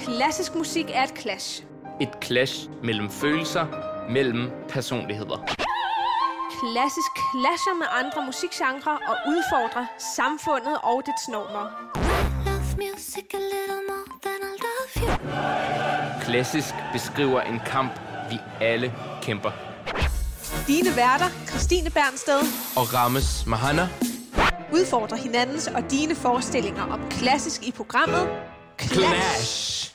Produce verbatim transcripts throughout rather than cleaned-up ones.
klassisk musik er et clash. Et clash mellem følelser, mellem personligheder. Klassisk clasher med andre musikgenrer og udfordrer samfundet og dets normer. Klassisk beskriver en kamp, vi alle kæmper. Dine værter, Christine Bernsted og Rames Mahana, udfordrer hinandens og dine forestillinger om klassisk i programmet Clash. Clash.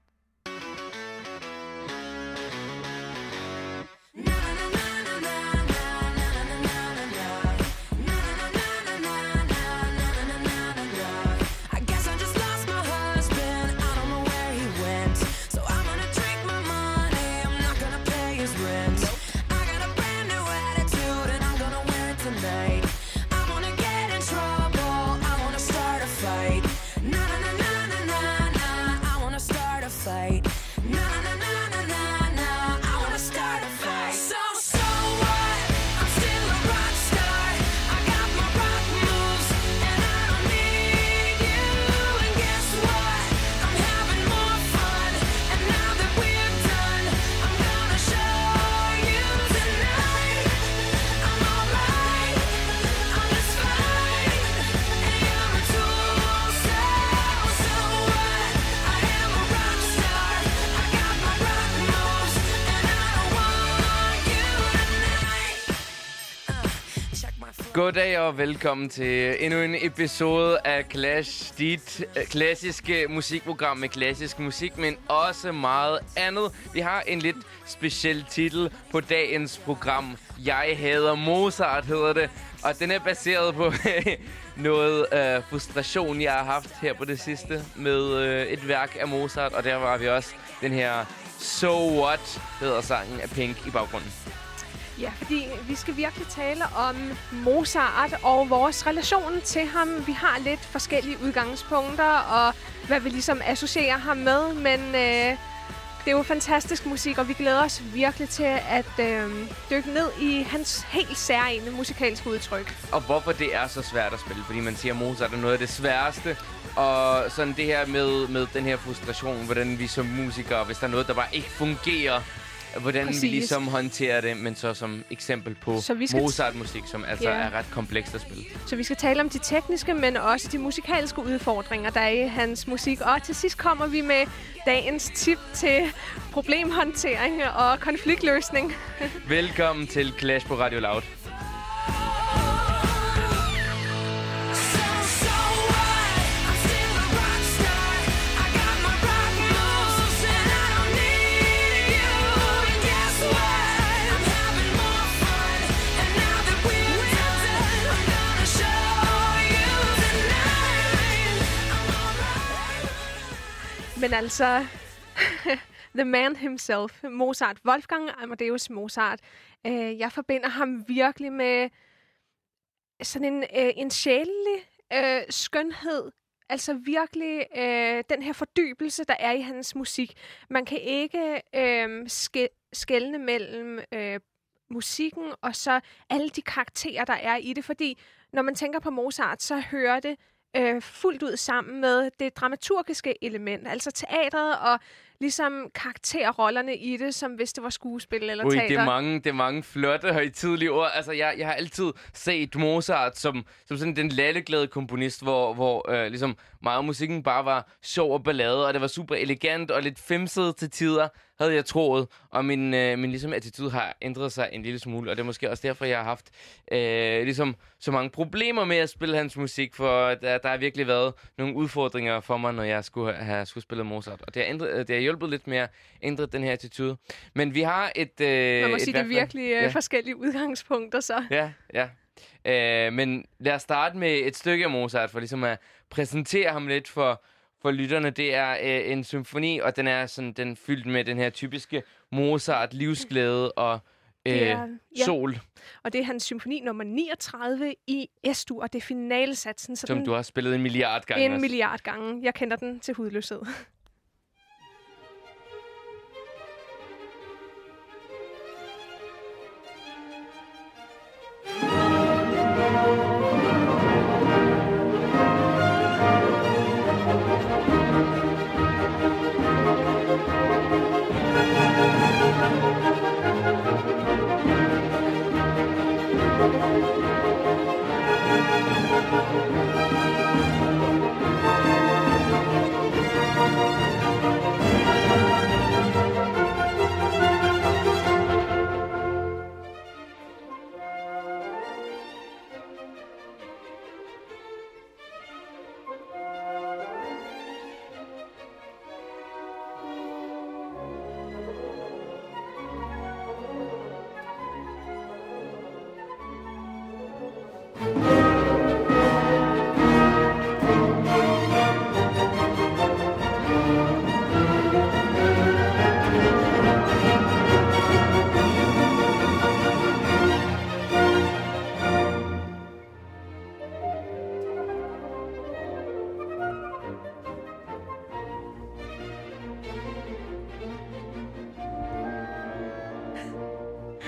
Goddag og velkommen til endnu en episode af Clash, dit øh, klassiske musikprogram med klassisk musik, men også meget andet. Vi har en lidt speciel titel på dagens program. Jeg hader Mozart, hedder det, og den er baseret på noget øh, frustration, jeg har haft her på det sidste med øh, et værk af Mozart, og der var vi også den her So What, hedder sangen af Pink i baggrunden. Ja, fordi vi skal virkelig tale om Mozart og vores relation til ham. Vi har lidt forskellige udgangspunkter, og hvad vi ligesom associerer ham med, men øh, det er jo fantastisk musik, og vi glæder os virkelig til at øh, dykke ned i hans helt særegne musikalske udtryk. Og hvorfor det er så svært at spille, fordi man siger, at Mozart er noget af det sværeste, og sådan det her med, med den her frustration, hvordan vi som musikere, hvis der er noget, der bare ikke fungerer, hvordan Præcis. vi ligesom håndterer det, men så som eksempel på Mozart-musik, som altså yeah. er ret komplekst at spille. Så vi skal tale om de tekniske, men også de musikalske udfordringer, der er i hans musik. Og til sidst kommer vi med dagens tip til problemhåndtering og konfliktløsning. Velkommen til Clash på Radio Loud. Men altså, the man himself, Mozart, Wolfgang Amadeus Mozart. Øh, jeg forbinder ham virkelig med sådan en, øh, en sjælelig øh, skønhed. Altså virkelig øh, den her fordybelse, der er i hans musik. Man kan ikke øh, ske- skelne mellem øh, musikken og så alle de karakterer, der er i det. Fordi når man tænker på Mozart, så hører det Øh, fuldt ud sammen med det dramaturgiske element, altså teatret og ligesom karakterrollerne i det, som hvis det var skuespil eller Ui, teater. Det er mange, det er mange flotte, højtidelige ord. Altså, jeg, jeg har altid set Mozart som, som sådan den lalleglade komponist, hvor, hvor øh, ligesom meget af musikken bare var sjov og ballade, og det var super elegant og lidt femset til tider, havde jeg troet. Og min, øh, min ligesom attitude har ændret sig en lille smule, og det er måske også derfor, jeg har haft øh, ligesom så mange problemer med at spille hans musik, for der, der har virkelig været nogle udfordringer for mig, når jeg skulle have skulle spillet Mozart. Og det har, ændret, det har hjulpet lidt med at ændre den her attitude. Men vi har et... Øh, Man må sige, det er virkelig øh, ja. forskellige udgangspunkter, så. Ja, ja. Øh, men lad os starte med et stykke af Mozart, for ligesom at præsentere ham lidt for, for lytterne. Det er øh, en symfoni, og den er sådan, den fyldt med den her typiske Mozart, livsglæde og øh, er, ja. sol. Og det er hans symfoni nummer niogtredive i Es-dur, og det er finalesatsen. Så som den, du har spillet en milliard gange. En også. milliard gange. Jeg kender den til hudløshed.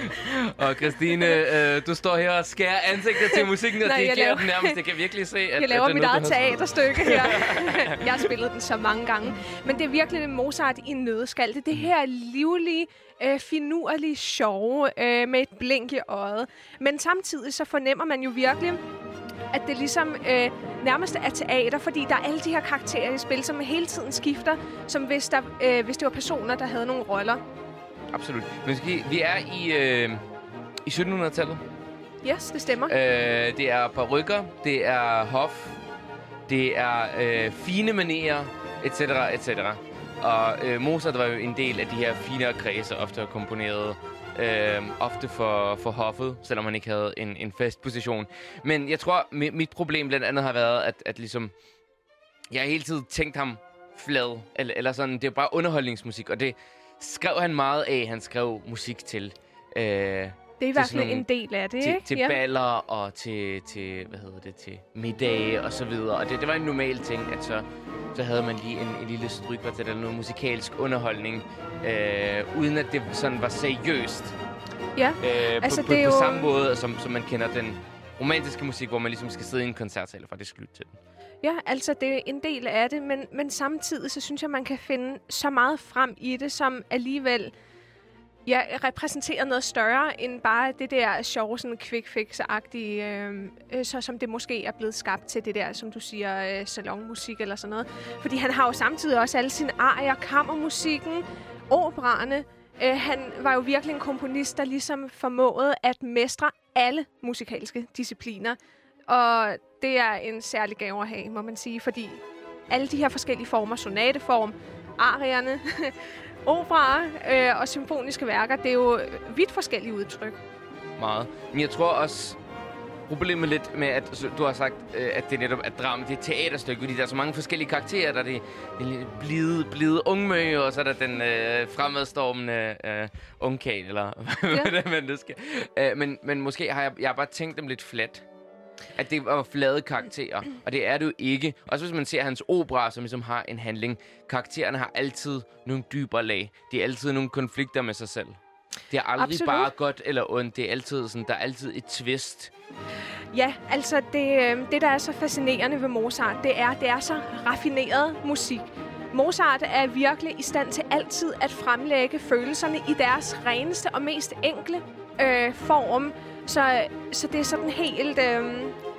Og Christine, øh, du står her og skærer ansigtet til musikken, og Nej, dirigerer laver... den nærmest. Jeg kan virkelig se, at jeg laver at mit noget, eget teaterstykke her. Ja. Jeg har spillet den så mange gange. Men det er virkelig en Mozart i en nøddeskal. Det er det her livlige, øh, finurlige sjove øh, med et blink i øjet. Men samtidig så fornemmer man jo virkelig, at det ligesom øh, nærmest er teater, fordi der er alle de her karakterer i spil, som hele tiden skifter, som hvis, der, øh, hvis det var personer, der havde nogle roller. Absolut. Men vi er i, øh, i sytten hundrede-tallet. Yes, det stemmer. Øh, det er parykker, det er hof, det er øh, fine manerer, et cetera, et cetera. Og øh, Mozart var jo en del af de her finere kredse, ofte komponeret øh, ofte for, for hoffet, selvom han ikke havde en, en fast position. Men jeg tror, mi- mit problem blandt andet har været, at, at ligesom, jeg har hele tiden tænkt ham flad, eller, eller sådan, det er bare underholdningsmusik, og det skrev han meget af, han skrev musik til. Øh, det er i hvert fald en del af det, til, ikke? Til ja. baller og til, til, hvad hedder det, til middage og så videre. Og det, det var en normal ting, at så, så havde man lige en, en lille strykvartet eller noget musikalsk underholdning, øh, uden at det sådan var seriøst. Ja, øh, altså på, det på, er jo... på samme måde, som, som man kender den romantiske musik, hvor man ligesom skal sidde i en koncertsal og faktisk lytte til den. Ja, altså det er en del af det, men, men samtidig så synes jeg, man kan finde så meget frem i det, som alligevel ja, repræsenterer noget større end bare det der sjove, sådan quick fix-agtige, øh, øh, så som det måske er blevet skabt til det der, som du siger, øh, salonmusik eller sådan noget. Fordi han har jo samtidig også alle sine arier, kammermusikken, operaerne. Øh, han var jo virkelig en komponist, der ligesom formåede at mestre alle musikalske discipliner. Og det er en særlig gave at have, må man sige, fordi alle de her forskellige former, sonateform, arierne, operaer øh, og symfoniske værker, det er jo vidt forskellige udtryk. Meget. Men jeg tror også, problemet lidt med, at du har sagt, øh, at det netop er drama, det er et teaterstykke, fordi der er så mange forskellige karakterer. Der er det, det blide, blide ungmøge, og så er der den øh, fremadstormende øh, ungkage, eller hvad det man det skal. Øh, men, men måske har jeg, jeg har bare tænkt dem lidt flat. At det var flade karakterer, og det er det jo ikke. Også hvis man ser hans opera, som ligesom har en handling. Karaktererne har altid nogle dybere lag. De er altid nogle konflikter med sig selv. Det er aldrig Absolut. bare godt eller ondt. Det er altid sådan, der er altid et twist. Ja, altså det, det, der er så fascinerende ved Mozart, det er, det er så raffineret musik. Mozart er virkelig i stand til altid at fremlægge følelserne i deres reneste og mest enkle øh, form. Så, så det er sådan helt, øh,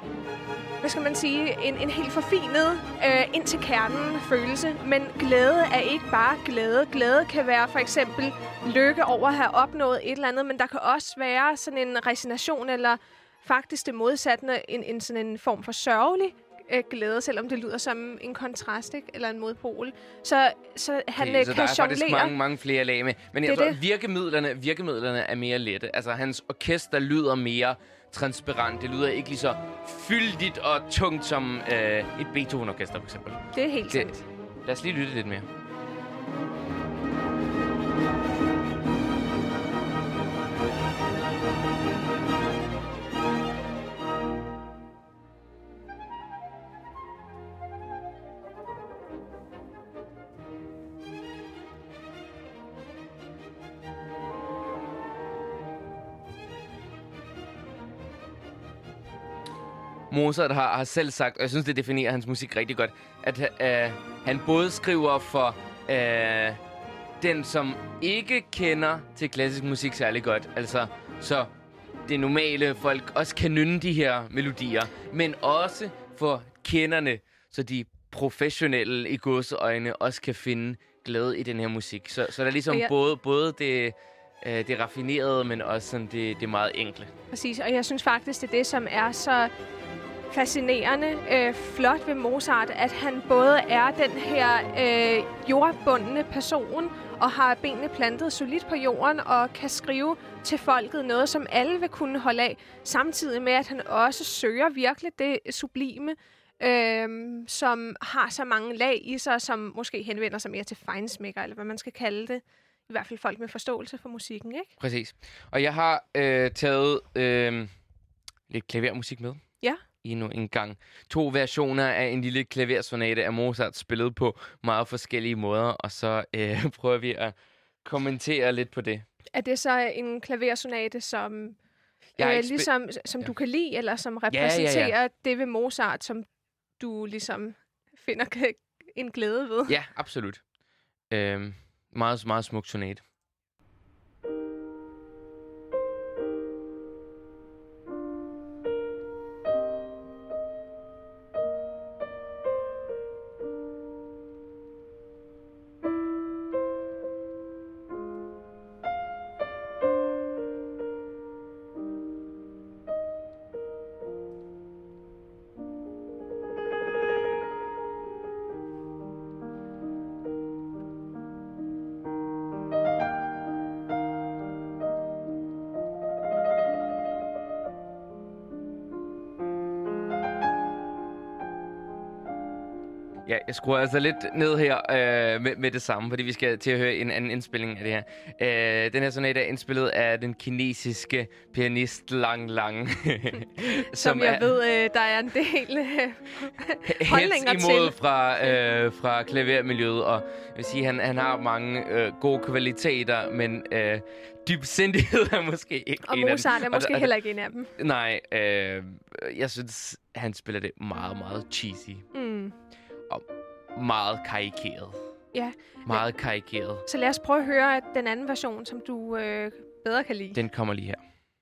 hvad skal man sige, en, en helt forfinet øh, ind til kernen følelse. Men glæde er ikke bare glæde. Glæde kan være for eksempel lykke over at have opnået et eller andet, men der kan også være sådan en resignation eller faktisk det modsatte, en, en sådan en form for sørgelig øh, glæde, selvom det lyder som en kontrast, ikke? Eller en modpol. Så, så han okay, øh, så kan der er faktisk jonglere. mange, mange flere lag med. Men jeg Det tror, er at virkemidlerne, virkemidlerne er mere lette. Altså, hans orkester lyder mere transparent. Det lyder ikke lige så fyldigt og tungt som øh, et Beethoven-orkester, for eksempel. Det er helt Det- sandt. Lad os lige lytte lidt mere. Mozart har, har selv sagt, og jeg synes, det definerer hans musik rigtig godt, at øh, han både skriver for øh, den, som ikke kender til klassisk musik særlig godt, altså så det normale folk også kan nynne de her melodier, men også for kenderne, så de professionelle i godseøjne også kan finde glæde i den her musik. Så, så der er ligesom Ja. både, både det, øh, det raffinerede, men også sådan det, det meget enkle. Præcis, og jeg synes faktisk, det er det, som er så fascinerende, øh, flot ved Mozart, at han både er den her øh, jordbundne person, og har benene plantet solidt på jorden, og kan skrive til folket noget, som alle vil kunne holde af, samtidig med, at han også søger virkelig det sublime, øh, som har så mange lag i sig, som måske henvender sig mere til feinsmækker, eller hvad man skal kalde det. I hvert fald folk med forståelse for musikken, ikke? Præcis. Og jeg har øh, taget øh, lidt klavermusik med. Ja. Endnu en gang. To versioner af en lille klaversonate af Mozart, spillet på meget forskellige måder, og så øh, prøver vi at kommentere lidt på det. Er det så en klaversonate, som, Jeg øh, spe- ligesom, som ja. du kan lide, eller som repræsenterer ja, ja. det ved Mozart, som du ligesom finder en glæde ved? Ja, absolut. Øhm, meget, meget smuk sonate. Ja, jeg skruer altså lidt ned her øh, med, med det samme, fordi vi skal til at høre en anden indspilning af det her. Øh, den her sonate er indspillet af den kinesiske pianist Lang Lang. som, som jeg er, ved, øh, der er en del øh, holdninger til. imod til. fra, øh, fra klavermiljøet, og jeg vil sige, han, han har mange øh, gode kvaliteter, men øh, dybsindighed er måske ikke og en af dem. Mozart er måske og, og, heller ikke en af dem. Nej, øh, jeg synes, han spiller det meget, meget cheesy. Mm. Meget karikeret. Ja. Meget karikeret. Så lad os prøve at høre den anden version, som du øh, bedre kan lide. Den kommer lige her.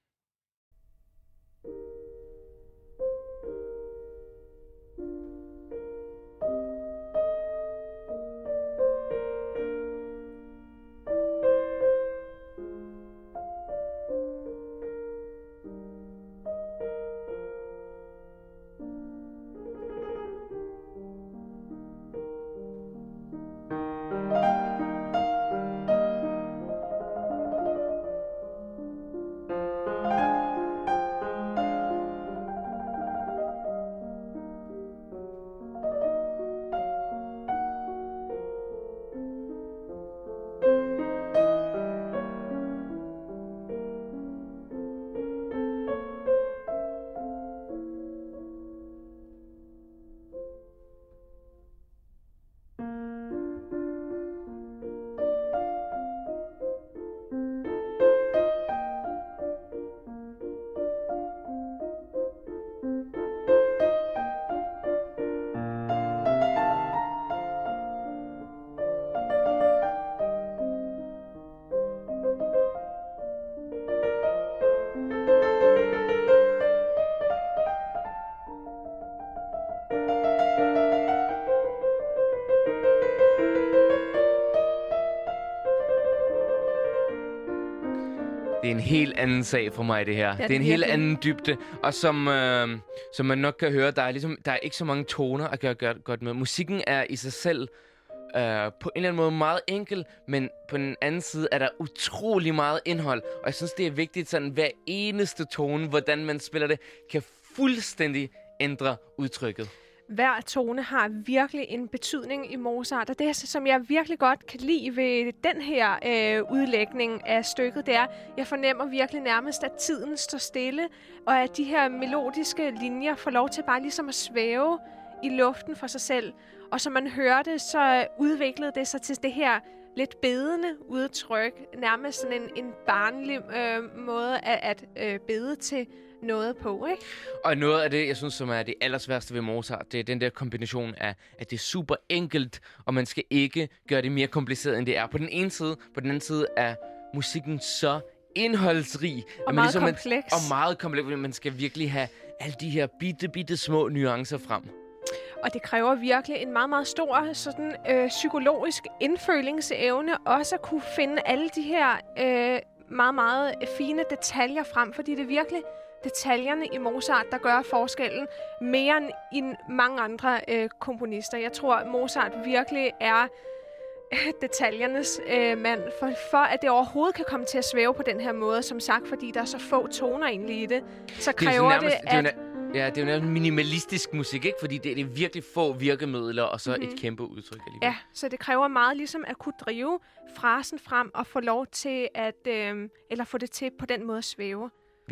Det er en helt anden sag for mig, det her. Det er, det er en helt anden dybde. Og som, øh, som man nok kan høre, der er, ligesom, der er ikke så mange toner at gøre, gøre godt med. Musikken er i sig selv øh, på en eller anden måde meget enkel, men på den anden side er der utrolig meget indhold. Og jeg synes, det er vigtigt, sådan hver eneste tone, hvordan man spiller det, kan fuldstændig ændre udtrykket. Hver tone har virkelig en betydning i Mozart, og det, som jeg virkelig godt kan lide ved den her øh, udlægning af stykket, det er, jeg fornemmer virkelig nærmest, at tiden står stille, og at de her melodiske linjer får lov til bare ligesom at svæve i luften for sig selv. Og som man hørte, så udviklede det sig til det her lidt bedende udtryk, nærmest sådan en, en barnlig øh, måde at, at øh, bede til noget på, ikke? Og noget af det, jeg synes, som er det allersværste ved Mozart, det er den der kombination af, at det er super enkelt, og man skal ikke gøre det mere kompliceret, end det er. På den ene side, på den anden side er musikken så indholdsrig. Og at man meget ligesom, kompleks. Man, og meget kompleks. Man skal virkelig have alle de her bitte, bitte små nuancer frem. Og det kræver virkelig en meget, meget stor sådan, øh, psykologisk indfølingsevne, også at kunne finde alle de her øh, meget, meget fine detaljer frem, fordi det er virkelig detaljerne i Mozart, der gør forskellen mere end i mange andre øh, komponister. Jeg tror, Mozart virkelig er øh, detaljernes øh, mand, for, for at det overhovedet kan komme til at svæve på den her måde, som sagt, fordi der er så få toner egentlig i det, så kræver det, det, det at... Det ja, det er jo nærmest minimalistisk musik, ikke? Fordi det, det er virkelig få virkemidler, og så mm-hmm. et kæmpe udtryk alligevel. Ja, så det kræver meget ligesom at kunne drive frasen frem og få lov til at, øh, eller få det til på den måde at svæve. Virkelig.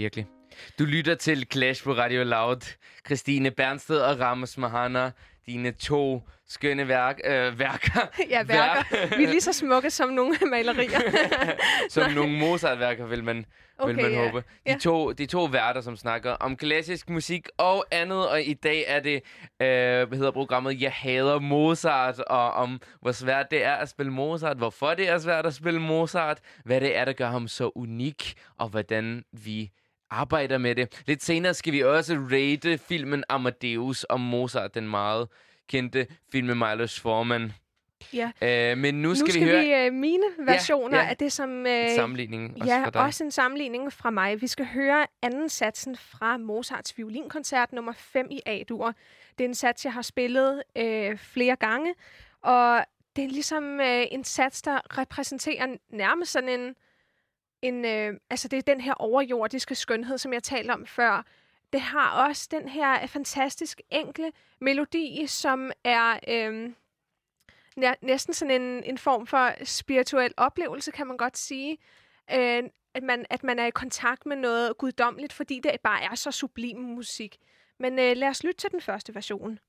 Du lytter til Clash på Radio Loud. Christine Bernsted og Ramos Mahana, dine to skønne værk, øh, værker. Ja, værker. Vi er lige så smukke som nogle malerier. Som nogle Mozart-værker, vil man, okay, vil man ja. håbe. De, ja. to, de to værter, som snakker om klassisk musik og andet. Og i dag er det, øh, hvad hedder programmet, Jeg hader Mozart. Og om hvor svært det er at spille Mozart. Hvorfor det er svært at spille Mozart. Hvad det er, der gør ham så unik. Og hvordan vi arbejder med det. Lidt senere skal vi også rate filmen Amadeus om Mozart, den meget kendte film med Milos Forman. Ja. Øh, men nu skal, nu skal vi høre... vi uh, mine versioner ja, ja. af det, som... Uh, en sammenligning også ja, fra dig. også en sammenligning fra mig. Vi skal høre anden satsen fra Mozarts violinkoncert nummer fem i A-dur. Det er en sats, jeg har spillet uh, flere gange, og det er ligesom uh, en sats, der repræsenterer nærmest sådan en... en uh, altså, det er den her overjordiske skønhed, som jeg talte om før. Det har også den her fantastisk enkle melodi, som er... Uh, næsten sådan en, en form for spirituel oplevelse, kan man godt sige. Øh, at, man, at man er i kontakt med noget guddommeligt, fordi det bare er så sublim musik. Men øh, lad os lytte til den første version.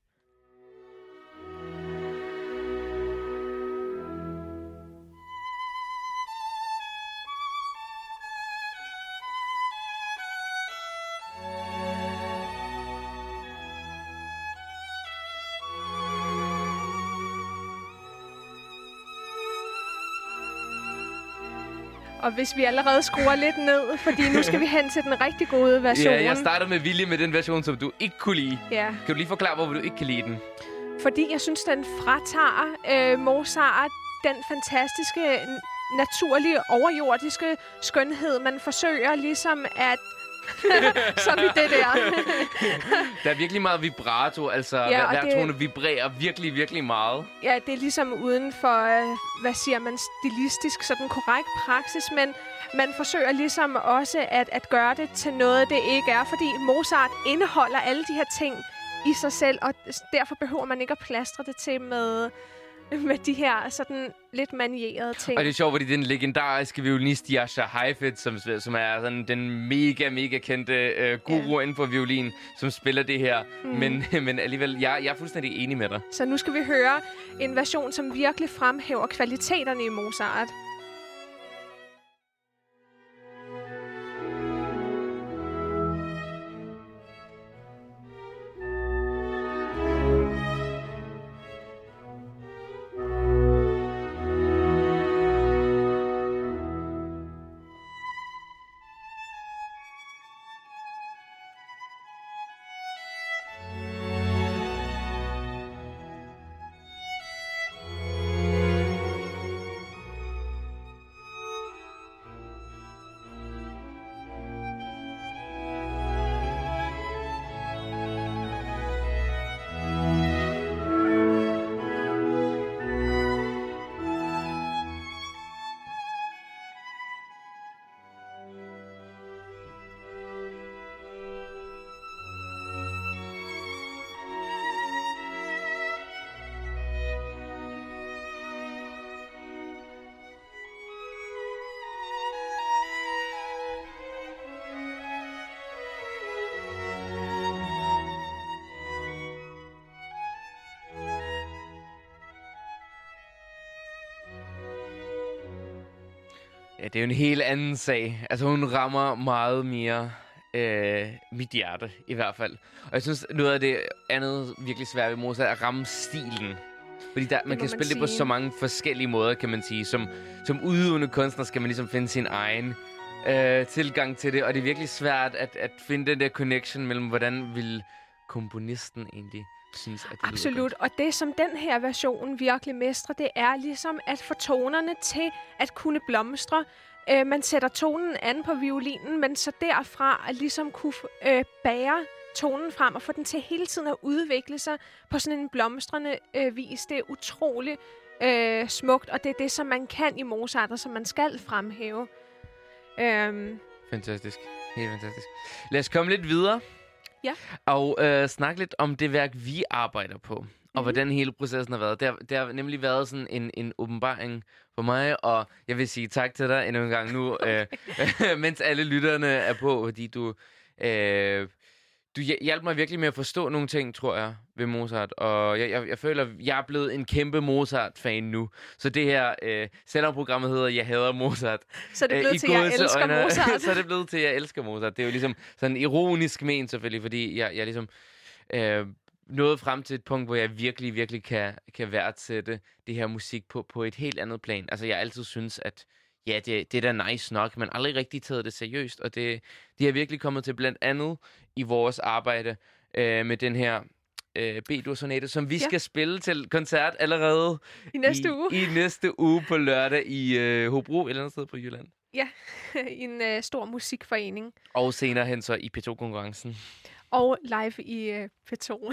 Og hvis vi allerede skruer lidt ned, fordi nu skal vi hen til den rigtig gode version. Ja, jeg starter med vilje med den version, som du ikke kunne lide. Ja. Kan du lige forklare, hvorfor du ikke kan lide den? Fordi jeg synes, den fratager øh, Mozart den fantastiske, naturlige, overjordiske skønhed. Man forsøger ligesom at... som i det der. Der er virkelig meget vibrato, altså ja, hver, hver det, tone vibrerer virkelig, virkelig meget. Ja, det er ligesom uden for, øh, hvad siger man, stilistisk, sådan korrekt praksis, men man forsøger ligesom også at, at gøre det til noget, det ikke er, fordi Mozart indeholder alle de her ting i sig selv, og derfor behøver man ikke at plastre det til med... med de her sådan lidt manierede ting. Og det er sjovt, fordi den legendariske violinist Jascha Heifetz, som, som er sådan den mega, mega kendte øh, guru ja. inden for violin, som spiller det her. Mm. Men, men alligevel, jeg, jeg er fuldstændig enig med dig. Så nu skal vi høre en version, som virkelig fremhæver kvaliteterne i Mozart. Ja, det er jo en helt anden sag. Altså, hun rammer meget mere øh, mit hjerte, i hvert fald. Og jeg synes, noget af det andet virkelig svært ved Mozart er at ramme stilen. Fordi der, man kan man spille sige. det på så mange forskellige måder, kan man sige. Som, som udøvende kunstner skal man ligesom finde sin egen øh, tilgang til det. Og det er virkelig svært at, at finde den der connection mellem, hvordan vil komponisten egentlig... Synes, at det absolut, og det som den her version virkelig mestrer, det er ligesom at få tonerne til at kunne blomstre. Øh, man sætter tonen an på violinen, men så derfra at ligesom kunne øh, bære tonen frem og få den til hele tiden at udvikle sig på sådan en blomstrende øh, vis. Det er utroligt øh, smukt, og det er det, som man kan i Mozart, og som man skal fremhæve. Øhm. Fantastisk. Helt fantastisk. Lad os komme lidt videre. Ja. Og øh, snakke lidt om det værk, vi arbejder på. Og mm-hmm. hvordan hele processen har været. Det har, det har nemlig været sådan en, en åbenbaring for mig. Og jeg vil sige tak til dig endnu en gang nu, øh, mens alle lytterne er på. Fordi du Øh, du hjalp mig virkelig med at forstå nogle ting, tror jeg, ved Mozart. Og jeg, jeg, jeg føler, at jeg er blevet en kæmpe Mozart-fan nu. Så det her, øh, selvom programmet hedder Jeg hader Mozart. Så er det blevet øh, til, jeg elsker øjne, Mozart. Så er det blevet til, jeg elsker Mozart. Det er jo ligesom sådan ironisk men selvfølgelig, fordi jeg, jeg ligesom øh, nåede frem til et punkt, hvor jeg virkelig, virkelig kan, kan værdsætte det her musik på, på et helt andet plan. Altså, jeg altid synes, at ja, det, det er da nice nok, men aldrig rigtig taget det seriøst, og det, det er virkelig kommet til blandt andet i vores arbejde øh, med den her øh, B-dur-sonate, som vi ja. skal spille til koncert allerede i næste i, uge. I næste uge på lørdag i øh, Hobro, et eller andet sted på Jylland. Ja, i en øh, stor musikforening. Og senere hen så i P to-konkurrencen. Og live i øh, P to.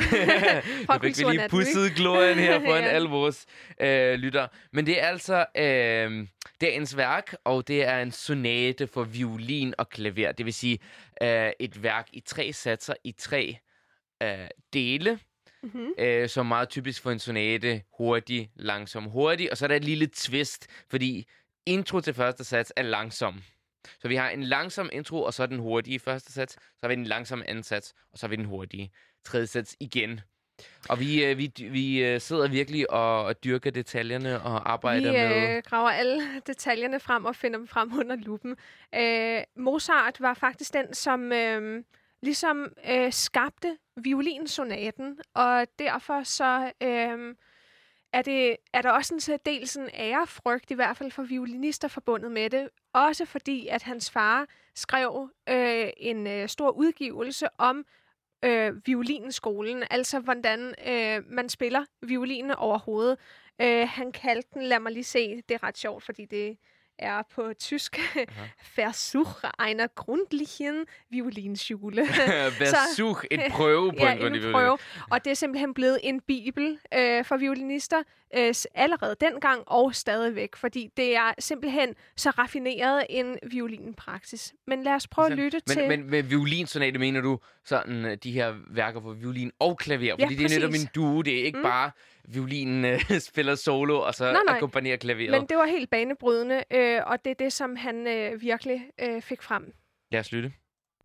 Nu fik vi lige pudset glorien her foran ja. alle vores øh, lyttere. Men det er altså øh, dagens værk, og det er en sonate for violin og klaver. Det vil sige øh, et værk i tre satser, i tre øh, dele, mm-hmm. øh, som er meget typisk for en sonate. Hurtig, langsom, hurtig. Og så er der et lille twist, fordi intro til første sats er langsom. Så vi har en langsom intro, og så er den hurtige første sats. Så har vi den langsomme anden sats, og så har vi den hurtige tredje sats igen. Og vi, vi, vi sidder virkelig og, og dyrker detaljerne og arbejder vi, med... Vi øh, graver alle detaljerne frem og finder dem frem under lupen. Øh, Mozart var faktisk den, som øh, ligesom øh, skabte violinsonaten, og derfor så... Øh, Er, det, er der også en særdeles en ærefrygt, i hvert fald for violinister forbundet med det. Også fordi, at hans far skrev øh, en øh, stor udgivelse om øh, violinskolen. Altså, hvordan øh, man spiller violinen overhovedet. Øh, han kaldte den, lad mig lige se, det er ret sjovt, fordi det er på tysk. Versuch einer grundlichen Violinschule. Versuch, et prøve på ja, en grundig prøve. Og det er simpelthen blevet en bibel øh, for violinister øh, allerede dengang og stadigvæk, fordi det er simpelthen så raffineret en violinpraksis. Men lad os prøve at lytte men, til... Men med violinsonate mener du sådan de her værker for violin og klaver? Fordi ja, det er netop en duo, det er ikke mm. bare violinen øh, spiller solo, og så nej, nej. akkompagnerer klaveret. Men det var helt banebrydende, øh, og det er det, som han øh, virkelig øh, fik frem. Lad os lytte.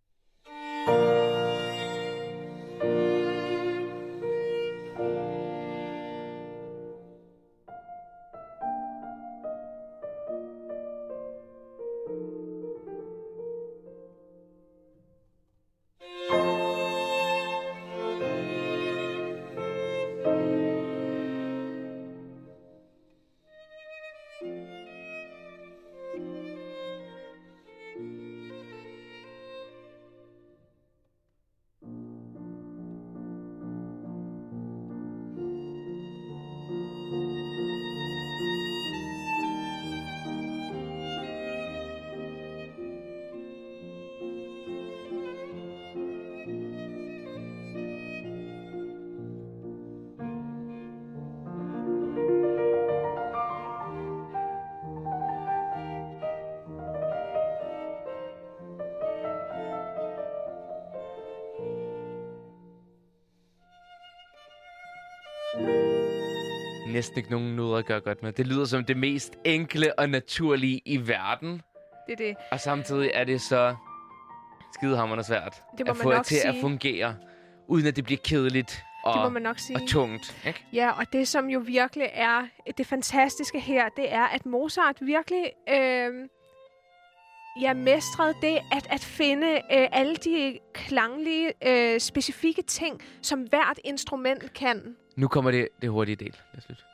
Næsten ikke nogen noder at gøre godt med. Det lyder som det mest enkle og naturlige i verden. Det er det. Og samtidig er det så skidehammerende svært at få det til sige. at fungere, uden at det bliver kedeligt og, det må man nok sige. og tungt. Ikke? Ja, og det som jo virkelig er det fantastiske her, det er, at Mozart virkelig øh, ja, mestrede det at, at finde øh, alle de klanglige, øh, specifikke ting, som hvert instrument kan. Nu kommer det, det hurtige del. Lad os lytte.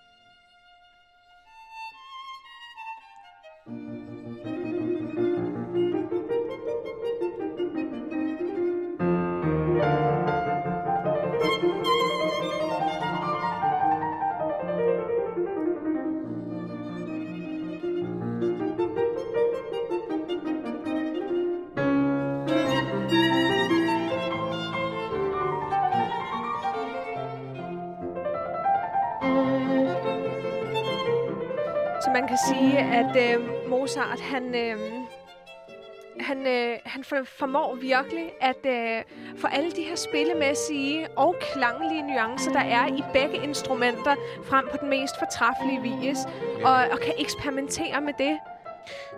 Så man kan sige, at øh, Mozart, han, øh, han, øh, han formår virkelig at øh, få alle de her spillemæssige og klanglige nuancer, der er i begge instrumenter, frem på den mest fortræffelige vis, og, og kan eksperimentere med det.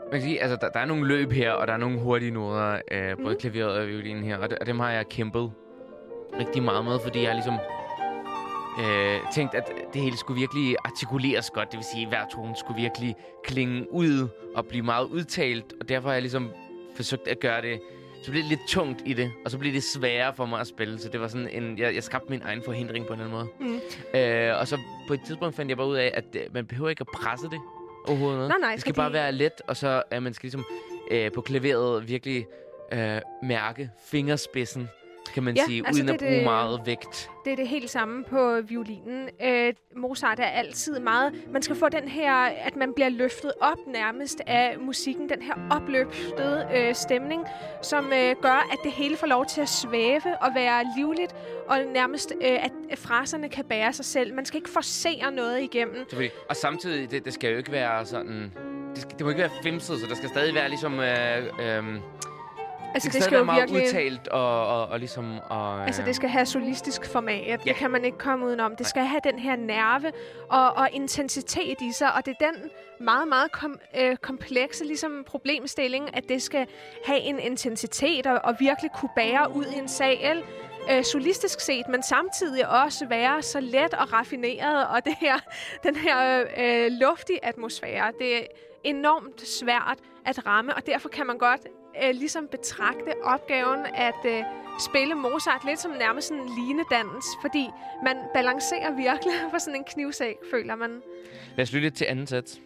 Man kan sige, altså, der, der er nogle løb her, og der er nogle hurtige noder, øh, både Mm. klaveret og violinen her, og, de, og dem har jeg kæmpet rigtig meget med, fordi jeg har ligesom øh, tænkt, at det hele skulle virkelig artikuleres godt. Det vil sige, at hver tone skulle virkelig klinge ud og blive meget udtalt, og derfor har jeg ligesom forsøgt at gøre det. Så blev det lidt tungt i det, og så blev det sværere for mig at spille. Så det var sådan en... Jeg, jeg skabte min egen forhindring på en eller anden måde. Mm. Øh, og så på et tidspunkt fandt jeg bare ud af, at øh, man behøver ikke at presse det overhovedet. Nej, nej, det skal fordi... bare være let, og så at man skal ligesom øh, på klaveret virkelig øh, mærke fingerspidsen, kan man ja, sige, altså uden det, at bruge det, meget vægt. Det er det helt samme på violinen. Øh, Mozart er altid meget... Man skal få den her, at man bliver løftet op nærmest af musikken. Den her opløftede øh, stemning, som øh, gør, at det hele får lov til at svæve og være livligt, og nærmest, øh, at fraserne kan bære sig selv. Man skal ikke forcere noget igennem. Og samtidig, det, det skal jo ikke være sådan... Det, skal, det må ikke være femset, så der skal stadig være ligesom... Øh, øh, Altså, det, det skal skal jo være meget virkelig... udtalt og, og, og ligesom... Og, øh... Altså, det skal have solistisk format. Ja. Det kan man ikke komme udenom. Det skal have den her nerve og, og intensitet i sig, og det er den meget, meget kom, øh, komplekse ligesom problemstilling, at det skal have en intensitet og, og virkelig kunne bære ud i en sal, øh, solistisk set, men samtidig også være så let og raffineret, og det her, den her øh, luftige atmosfære, det er enormt svært at ramme, og derfor kan man godt øh, ligesom betragte opgaven at øh, spille Mozart lidt som nærmest sådan en linedans, fordi man balancerer virkelig på sådan en knivsæg, føler man. Lad os lytte til anden sats.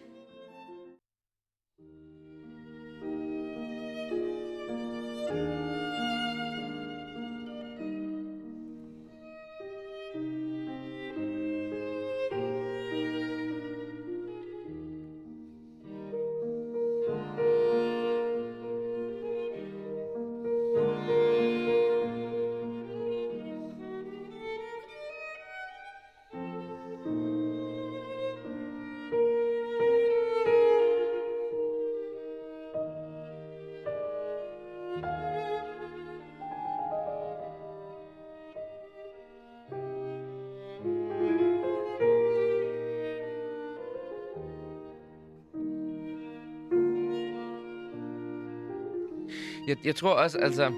Jeg, jeg tror også, altså...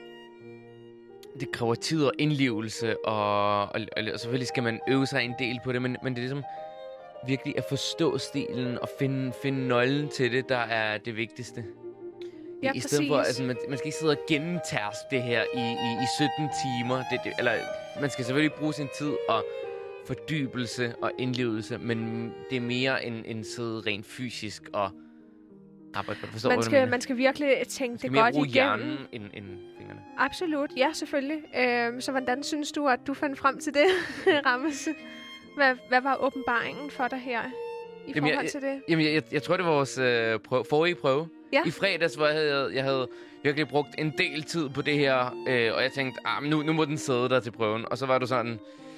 Det kræver tid og indlevelse, og, og, og selvfølgelig skal man øve sig en del på det, men, men det er ligesom virkelig at forstå stilen og finde, finde nøglen til det, der er det vigtigste. I, Ja, I stedet for, præcis. altså, man, man skal ikke sidde og gennemtærske det her i, i, i sytten timer. Det, det, eller, man skal selvfølgelig bruge sin tid og fordybelse og indlevelse, men det er mere end, end sidde rent fysisk og arbejde. Forstår Man du, skal, man skal virkelig tænke man skal det mere godt bruge igennem. hjernen end, end fingrene. Absolut, ja, selvfølgelig. Øhm, så hvordan synes du, at du fandt frem til det, Rammes? Hvad, hvad var åbenbaringen for dig her i Jamen, forhold jeg, til det? Jamen, jeg, jeg, jeg tror, det var vores øh, prøve, forrige prøve. Ja. I fredags, hvor jeg havde, jeg havde virkelig brugt en del tid på det her, øh, og jeg tænkte, ah, men nu, nu må den sidde der til prøven. Og så var du sådan,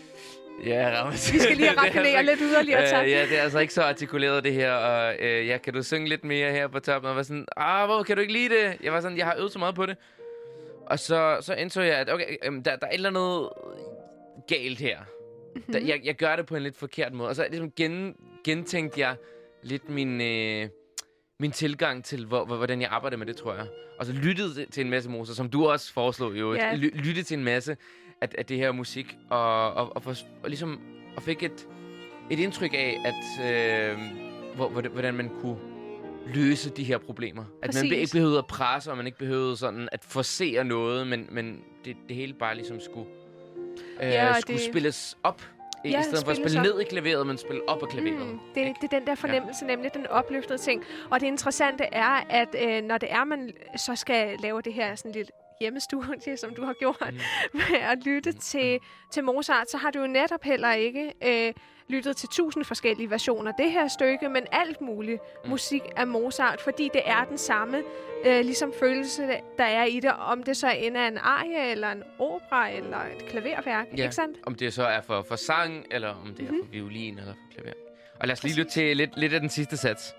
ja, Rammes. Vi skal lige Det er raffinere altså lidt yderligere, tak. Øh, ja, det er altså ikke så artikuleret, det her. Og øh, ja, kan du synge lidt mere her på toppen? Og jeg var sådan, ah, hvor kan du ikke lide det? Jeg var sådan, jeg har øvet så meget på det. Og så, så indså jeg, at okay, øhm, der, der er et eller andet galt her. Mm-hmm. Der, jeg, jeg gør det på en lidt forkert måde. Og så ligesom gen, gentænkte jeg lidt min, øh, min tilgang til, hvor, hvordan jeg arbejder med det, tror jeg. Og så lyttede til en masse Mozart, som du også foreslog jo. Ja. Ly, lyttede til en masse af, af det her musik. Og, og, og, for, og ligesom og fik et, et indtryk af, at øh, hvor, hvordan man kunne løse de her problemer. At Præcis. man ikke behøvede at presse, og man ikke behøvede sådan at forsere noget, men, men det, det hele bare ligesom skulle, øh, Ja, skulle det- spilles op. I Ja, stedet for at spilles spille op. ned i klaveret, men spille op af klaveret. Mm, det, det er den der fornemmelse, ja. nemlig den opløftede ting. Og det interessante er, at øh, når det er, man så skal lave det her sådan lidt hjemmestudie, som du har gjort, Mm. med at lytte til, til Mozart, så har du jo netop heller ikke øh, lyttet til tusind forskellige versioner af det her stykke, men alt muligt Mm. musik af Mozart, fordi det er den samme øh, ligesom følelse, der er i det, om det så end er en arie, eller en opera, eller et klaverværk, Ja. ikke sandt? Om det så er for, for sang, eller om det Mhm. er for violin, eller for klaver. Og lad os lige lytte til lidt, lidt af den sidste sats.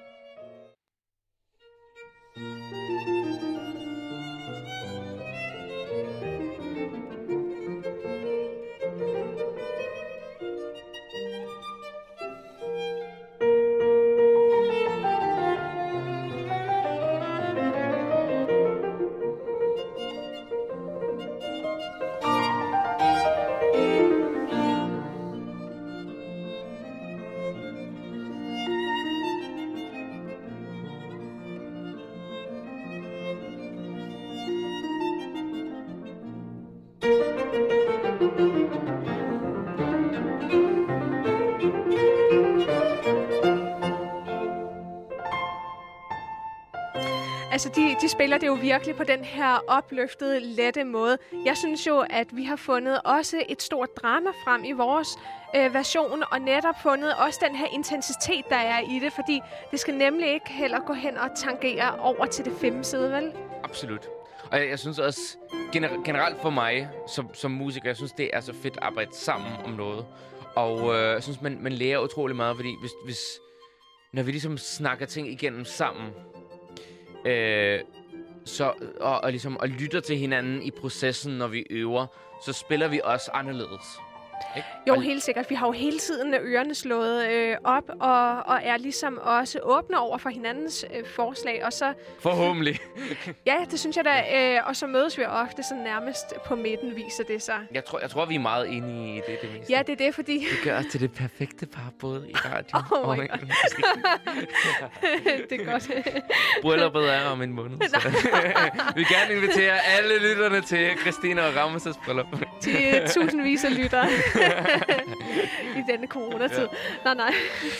Altså, de, de spiller det jo virkelig på den her opløftede, lette måde. Jeg synes jo, at vi har fundet også et stort drama frem i vores øh, version, og netop fundet også den her intensitet, der er i det, fordi det skal nemlig ikke heller gå hen og tangere over til det femside, vel? Absolut. Og jeg, jeg synes også, gener- generelt for mig som, som musiker, jeg synes, det er så fedt at arbejde sammen om noget. Og øh, jeg synes, man, man lærer utrolig meget, fordi hvis, hvis, når vi ligesom snakker ting igennem sammen, Øh, så, og, og, ligesom, og lytter til hinanden i processen, når vi øver, så spiller vi også anderledes. Ikke? Jo, Og- helt sikkert. Vi har jo hele tiden ørerne slået øh, op, og, og er ligesom også åbne over for hinandens øh, forslag. Og så, Forhåbentlig. ja, det synes jeg da. Øh, og så mødes vi ofte sådan nærmest på midten, viser det sig. Jeg tror, jeg tror, vi er meget enige i det, det meste. Ja, det er det, fordi Det gør os til det perfekte par, både i radio Oh og my i God. musik. det er godt. Brylluppet er om en måned. Så. Vi vil gerne invitere alle lytterne til Christina og Rammes' bryllup. De øh, tusindvis af lyttere i denne coronatid. Ja. Nej, nej.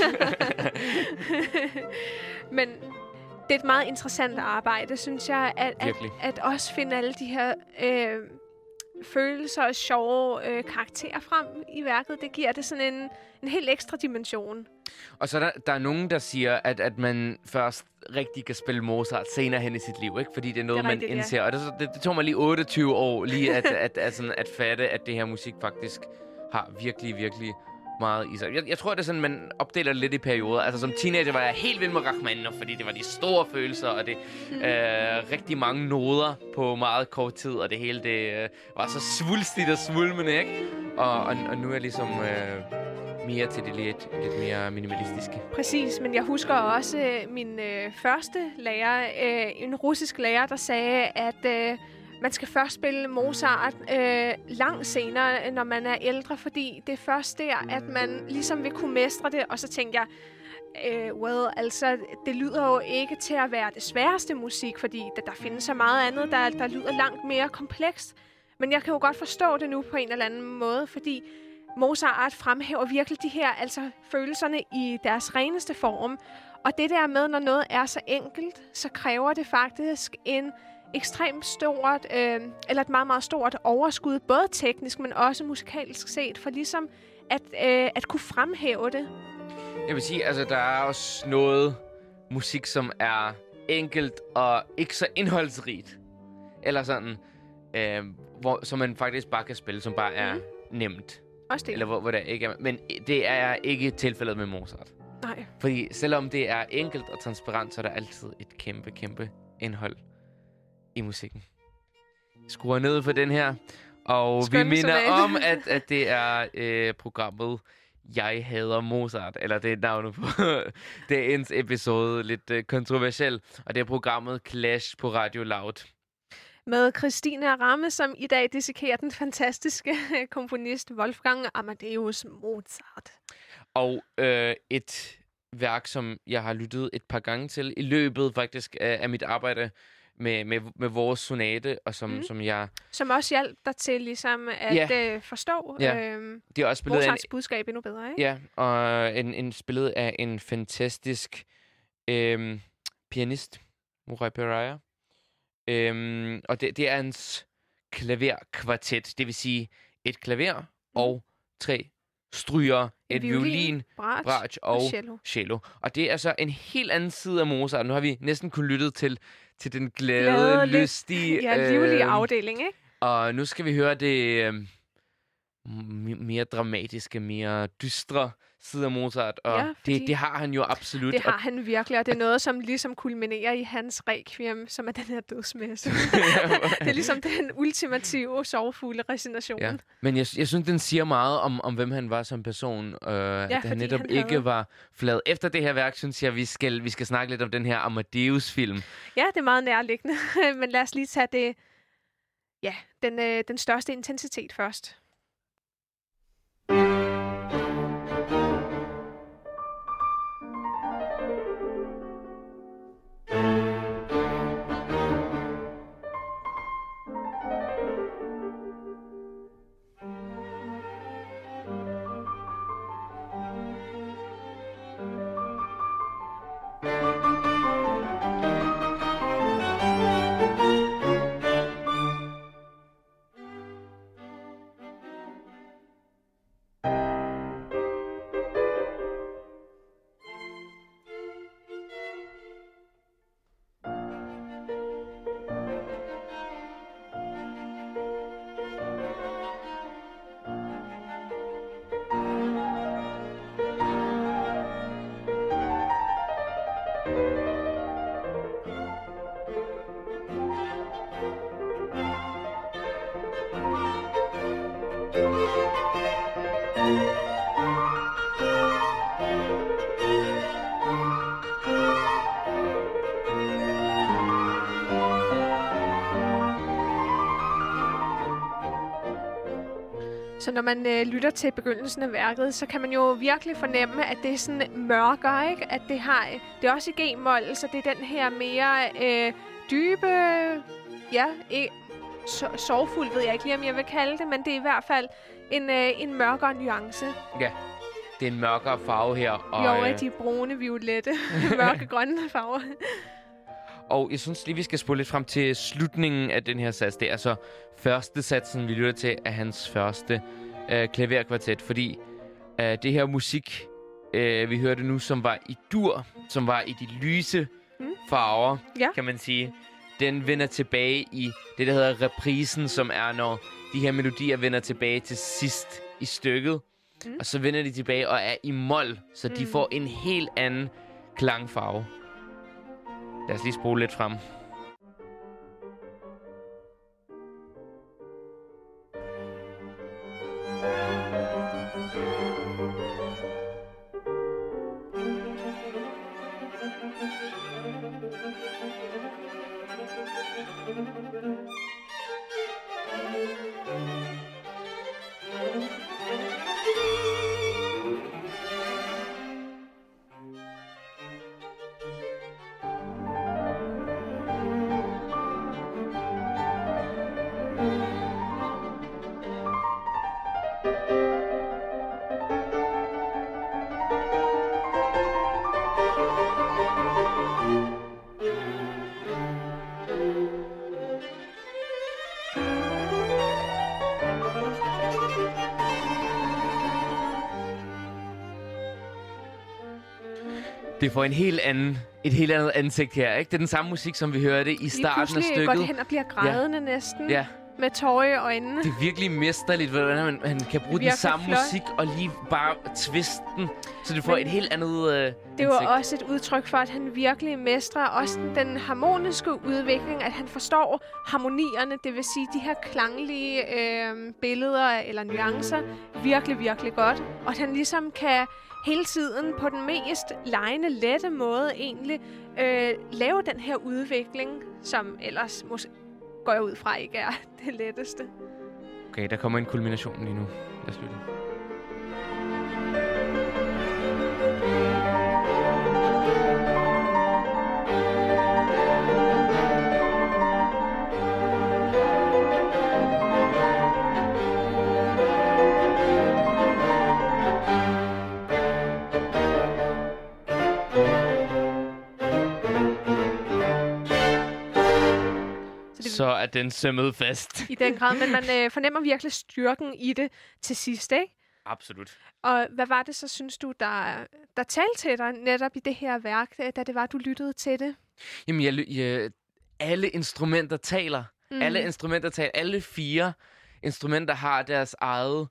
Men det er et meget interessant arbejde, synes jeg, at, at, Virkelig. at også finde alle de her øh, følelser og sjove øh, karakterer frem i værket. Det giver det sådan en, en helt ekstra dimension. Og så er der, der er nogen, der siger, at, at man først rigtig kan spille Mozart senere hen i sit liv, ikke? Fordi det er noget, Det er man rigtigt, ja. indser. Og det, det, det tog mig lige otteogtyve år lige at, at, at, sådan, at fatte, at det her musik faktisk har virkelig, virkelig meget i sig. Jeg, jeg tror, det er sådan, man opdeler det lidt i perioder. Altså som teenager var jeg helt vild med Rachmaninoff, fordi det var de store følelser, og det mm. øh, rigtig mange noder på meget kort tid, og det hele det øh, var så svulstigt og svulmende, ikke? Og, og, og nu er jeg ligesom øh, mere til det lidt, lidt mere minimalistiske. Præcis, men jeg husker også øh, min øh, første lærer, øh, en russisk lærer, der sagde, at øh, man skal først spille Mozart øh, langt senere, når man er ældre, fordi det er først der, at man ligesom vil kunne mestre det. Og så tænkte jeg, øh, well, altså, det lyder jo ikke til at være det sværeste musik, fordi der, der findes så meget andet, der, der lyder langt mere komplekst. Men jeg kan jo godt forstå det nu på en eller anden måde, fordi Mozart fremhæver virkelig de her, altså følelserne i deres reneste form. Og det der med, når noget er så enkelt, så kræver det faktisk en ekstremt stort, øh, eller et meget, meget stort overskud, både teknisk, men også musikalsk set, for ligesom at, øh, at kunne fremhæve det. Jeg vil sige, altså, der er også noget musik, som er enkelt og ikke så indholdsrigt. Eller sådan, øh, hvor, som man faktisk bare kan spille, som bare er mm. nemt. Også det. Eller hvor, hvor der ikke er. Men det er ikke tilfældet med Mozart. Nej. Fordi selvom det er enkelt og transparent, så er der altid et kæmpe, kæmpe indhold i musikken. Skruer ned for den her. Og Skønne vi minder sonate. om, at, at det er øh, programmet Jeg hader Mozart. Eller det er navnet på dagens episode. Lidt øh, kontroversiel. Og det er programmet Clash på Radio Loud. Med Christina Ramme, som i dag dissekerer den fantastiske komponist Wolfgang Amadeus Mozart. Og øh, et værk, som jeg har lyttet et par gange til i løbet faktisk af, af mit arbejde med, med, med vores sonate, og som, mm. som jeg... Som også hjalp dig til ligesom at Ja. øh, forstå Ja. øh, Det er også spillet af en, Mozarts budskab endnu bedre, ikke? ja, og en, en spillet af en fantastisk øh, pianist, Murai Peraya. Øhm, og det, det er hans klaverkvartet, det vil sige et klaver mm. og tre stryger, et violin, violin bratsch, bratsch og, og cello. cello. Og det er så en helt anden side af Mozart. Nu har vi næsten kun lyttet til, til den glade, Glade, lidt- lystige... Ja, livlige øh, afdeling, ikke? Og nu skal vi høre det øh, m- mere dramatiske, mere dystre side af Mozart. Og Ja, fordi det, det har han jo absolut. Det har Og han virkelig, og det er noget, som ligesom kulminerer i hans requiem, som er den her dødsmesse. Det er ligesom den ultimative sorgfulde resignation. Ja. Men jeg, jeg synes, den siger meget om, om hvem han var som person. Øh, ja, at han fordi netop han ikke havde- var flad. Efter det her værk, synes jeg, vi skal, vi skal snakke lidt om den her Amadeus-film. Ja, det er meget nærliggende, men lad os lige tage det, ja, den, øh, den største intensitet først. Så når man øh, lytter til begyndelsen af værket, så kan man jo virkelig fornemme, at det er sådan mørkere, ikke? At det har, det er også i G-mol, så det er den her mere øh, dybe, ja, e- so- sorgfuld ved jeg ikke lige, om jeg vil kalde det, men det er i hvert fald en, øh, en mørkere nuance. Ja, det er en mørkere farve her. Og, jo, af øh... de brune, violette, mørkegrønne farver. Og jeg synes lige, vi skal spole lidt frem til slutningen af den her sats. Det er altså første satsen, vi lytter til, af hans første øh, klaverkvartet. Fordi øh, det her musik, øh, vi hørte nu, som var i dur, som var i de lyse mm. farver, ja. kan man sige, den vender tilbage i det, der hedder reprisen, som er, når de her melodier vender tilbage til sidst i stykket. Mm. Og så vender de tilbage og er i mol, så mm. de får en helt anden klangfarve. Lad os lige spole lidt frem. Det får en helt anden, et helt andet ansigt her, ikke? Det er den samme musik, som vi hørte i starten af stykket. Lige pludselig går det hen og bliver grædende ja. næsten. Ja. Med tårer i øjnene. Det er virkelig mesterligt, hvordan han, han kan bruge den samme flot. musik og lige bare twiste den, så det får Men et helt andet øh, Det er jo også et udtryk for, at han virkelig mestrer også den harmoniske udvikling, at han forstår harmonierne, det vil sige de her klanglige øh, billeder eller nuancer, virkelig, virkelig godt. Og at han ligesom kan hele tiden på den mest legende, lette måde egentlig øh, lave den her udvikling, som ellers måske går jeg ud fra ikke er det letteste. Okay, der kommer en kulmination lige nu. Lad os lytte. Så er den sømmet fast. I den grad, men man øh, fornemmer virkelig styrken i det til sidst, ikke? Absolut. Og hvad var det så, synes du, der, der talte til dig netop i det her værk, da det var, du lyttede til det? Jamen, jeg, jeg, alle instrumenter taler. Mm. Alle instrumenter taler. Alle fire instrumenter har deres eget...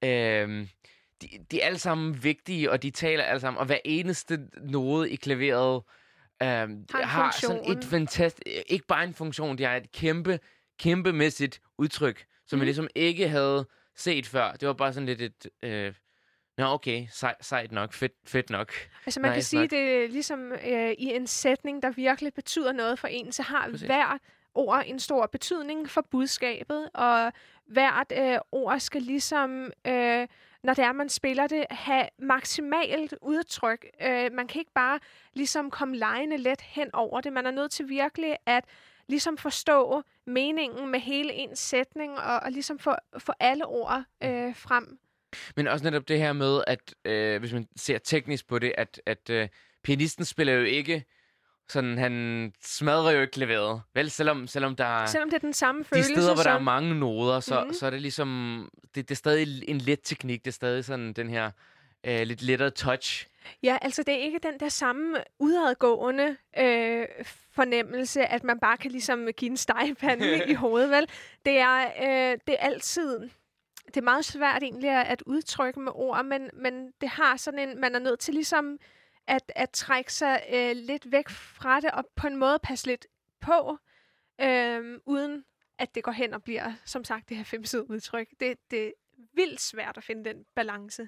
Øh, de, de er alle sammen vigtige, og de taler alle sammen. Og hver eneste node i klaveret... Um, har, har sådan et fantastisk, ikke bare en funktion, det er et kæmpe, kæmpemæssigt udtryk, som mm. jeg ligesom ikke havde set før. Det var bare sådan lidt et, øh, nå okay, sej, sejt nok, fedt, fedt nok. Altså man nice kan sige, nok. det er ligesom øh, i en sætning, der virkelig betyder noget for en, så har Præcis. hver ord en stor betydning for budskabet, og hvert øh, ord skal ligesom... Øh, når det er, man spiller det, have maksimalt udtryk. Øh, man kan ikke bare ligesom komme legende let hen over det. Man er nødt til virkelig at ligesom forstå meningen med hele ens sætning, og, og ligesom få, få alle ord øh, frem. Men også netop det her med, at øh, hvis man ser teknisk på det, at, at øh, pianisten spiller jo ikke sådan, han smadrer jo ikke klaveret. Vel, selvom, selvom der selvom det er den samme de følelse. De steder, hvor som... der er mange noder, så, mm-hmm. så er det ligesom, det, det er stadig en let teknik, det er stadig sådan den her øh, lidt lettere touch. Ja, altså det er ikke den der samme udadgående øh, fornemmelse, at man bare kan ligesom give en stegepande i hovedet, vel? Det er, øh, det er altid... Det er meget svært egentlig at udtrykke med ord, men, men det har sådan en... Man er nødt til ligesom... At, at trække sig øh, lidt væk fra det, og på en måde passe lidt på, øh, uden at det går hen og bliver, som sagt, det her femsidede udtryk. Det, det er vildt svært at finde den balance.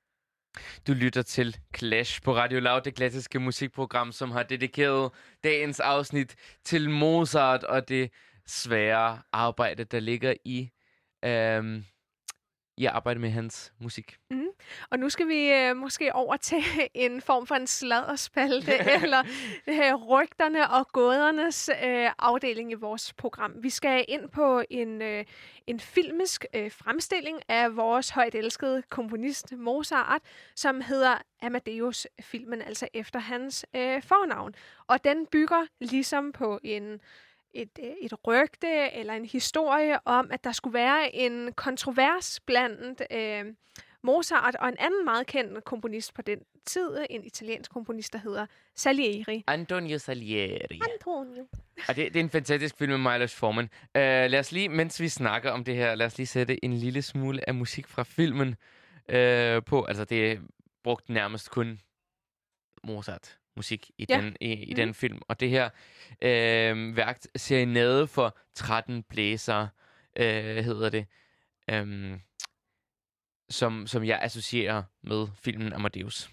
Du lytter til Clash på Radio Loud, det klassiske musikprogram, som har dedikeret dagens afsnit til Mozart og det svære arbejde, der ligger i, øh, i at arbejde med hans musik. Mm. Og nu skal vi øh, måske over til en form for en sladderspalte, eller øh, rygterne og gådernes øh, afdeling i vores program. Vi skal ind på en, øh, en filmisk øh, fremstilling af vores højt elskede komponist Mozart, som hedder Amadeus-filmen, altså efter hans øh, fornavn. Og den bygger ligesom på en Et, et rygte eller en historie om, at der skulle være en kontrovers blandt øh, Mozart og en anden meget kendt komponist på den tid, en italiensk komponist, der hedder Salieri. Antonio Salieri. Antonio. Og det, det er en fantastisk film med Milos Forman. Uh, lad os lige, mens vi snakker om det her, lad os lige sætte en lille smule af musik fra filmen uh, på. Altså, det er brugt nærmest kun Mozart musik i, ja. den, i, i mm. den film. Og det her øh, værk, Serenade for tretten blæsere, øh, hedder det, øh, som, som jeg associerer med filmen Amadeus.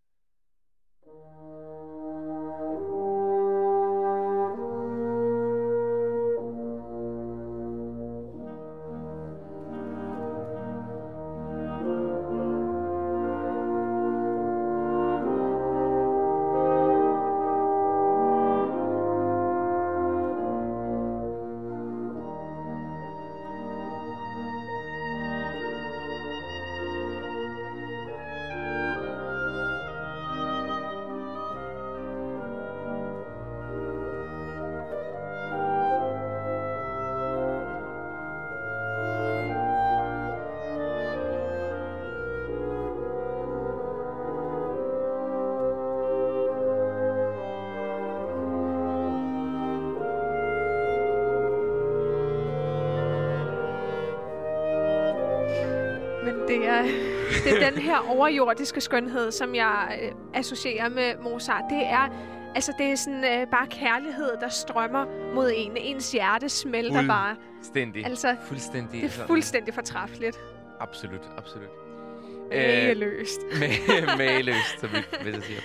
Det er, det er den her overjordiske skønhed, som jeg øh, associerer med Mozart. Det er, altså, det er sådan øh, bare kærlighed, der strømmer mod en. Ens hjerte smelter bare. Fuldstændig. Altså, fuldstændig. Det er fuldstændig fortræffeligt. Absolut, absolut. Mageløst. Øh, mageløst, som vi vil sige.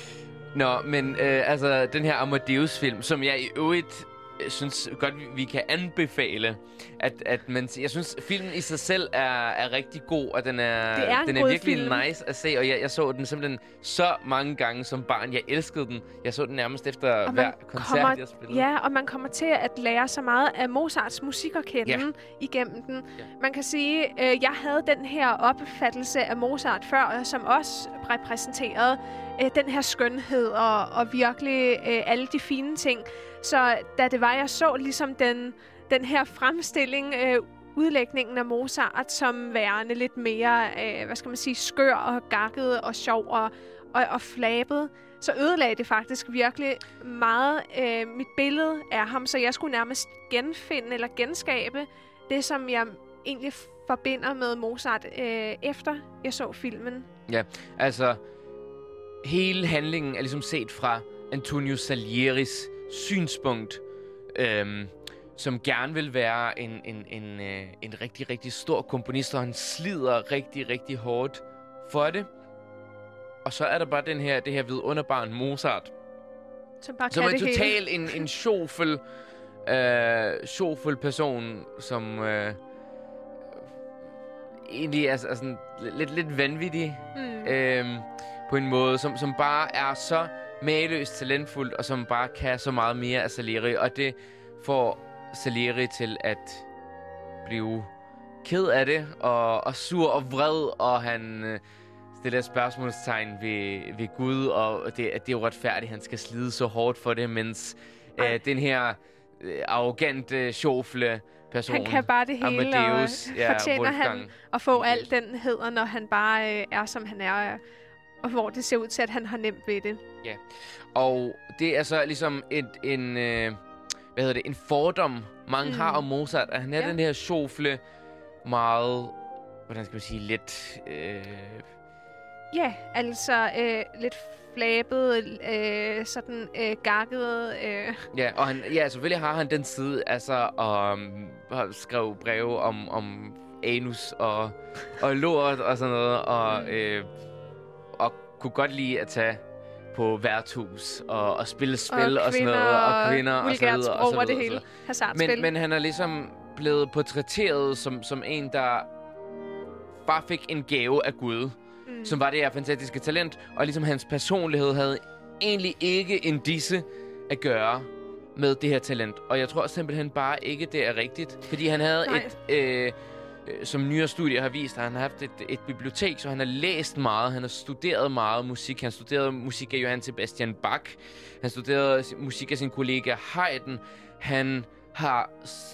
Nå, men øh, altså, den her Amadeus-film, som jeg i øvrigt synes godt, vi kan anbefale, at, at man, jeg synes, filmen i sig selv er, er rigtig god, og den er, det er den er virkelig film. nice at se, og jeg, jeg så den simpelthen så mange gange som barn. Jeg elskede den. Jeg så den nærmest efter og hver koncert, kommer, jeg spillede. Ja, og man kommer til at lære så meget af Mozarts musik at kende ja. igennem den. Ja. Man kan sige, øh, jeg havde den her opfattelse af Mozart før, som også repræsenterede øh, den her skønhed og, og virkelig øh, alle de fine ting. Så da det var, jeg så ligesom den, den her fremstilling, øh, udlægningen af Mozart som værende lidt mere, øh, hvad skal man sige, skør og gakket og sjov og, og, og flabet, så ødelagde det faktisk virkelig meget øh, mit billede af ham, så jeg skulle nærmest genfinde eller genskabe det, som jeg egentlig forbinder med Mozart, øh, efter jeg så filmen. Ja, altså hele handlingen er ligesom set fra Antonio Salieris synspunkt, øhm, som gerne vil være en, en, en, øh, en rigtig, rigtig stor komponist, og han slider rigtig, rigtig hårdt for det. Og så er der bare den her, det her vidunderbarn Mozart, som, bare som kan er det total en, en sjovfuld, øh, sjovfuld person, som øh, egentlig er, er sådan lidt, lidt vanvittig mm. øh, på en måde, som, som bare er så mageløst talentfuldt, og som bare kan så meget mere af Salieri. Og det får Salieri til at blive ked af det, og, og sur og vred, og han øh, stiller spørgsmålstegn ved, ved Gud, og det, at det er jo retfærdigt, han skal slide så hårdt for det, mens øh, den her øh, arrogante, sjofle person, han kan bare det hele, Amadeus, og ja, fortjener Wolfgang, han at få al den heder, når han bare øh, er, som han er, og hvor det ser ud til, at han har nemt ved det. Ja, og det er så ligesom et, en, øh, hvad hedder det, en fordom, mange mm. har om Mozart, at han er ja. den her sjofle, meget, hvordan skal man sige, lidt... Øh... Ja, altså øh, lidt flabet, øh, sådan øh, gakket. Øh. Ja, og han, ja, selvfølgelig har han den side, altså, og um, har skrevet breve om, om anus og, og lort og sådan noget, og, øh, og kunne godt lide at tage på værtshus og, og spille spil og, og sådan noget, og kvinder og så videre. Og så videre, det hele. Men, men han er ligesom blevet portrætteret som, som en, der bare fik en gave af Gud, mm. som var det her fantastiske talent, og ligesom hans personlighed havde egentlig ikke en disse at gøre med det her talent. Og jeg tror simpelthen bare ikke, det er rigtigt. Fordi han havde Nej. et, øh, øh, som nyere studier har vist, han har haft et, et bibliotek, så han har læst meget, han har studeret meget musik. Han studerede musik af Johann Sebastian Bach. Han studerede musik af sin kollega Haydn. Han har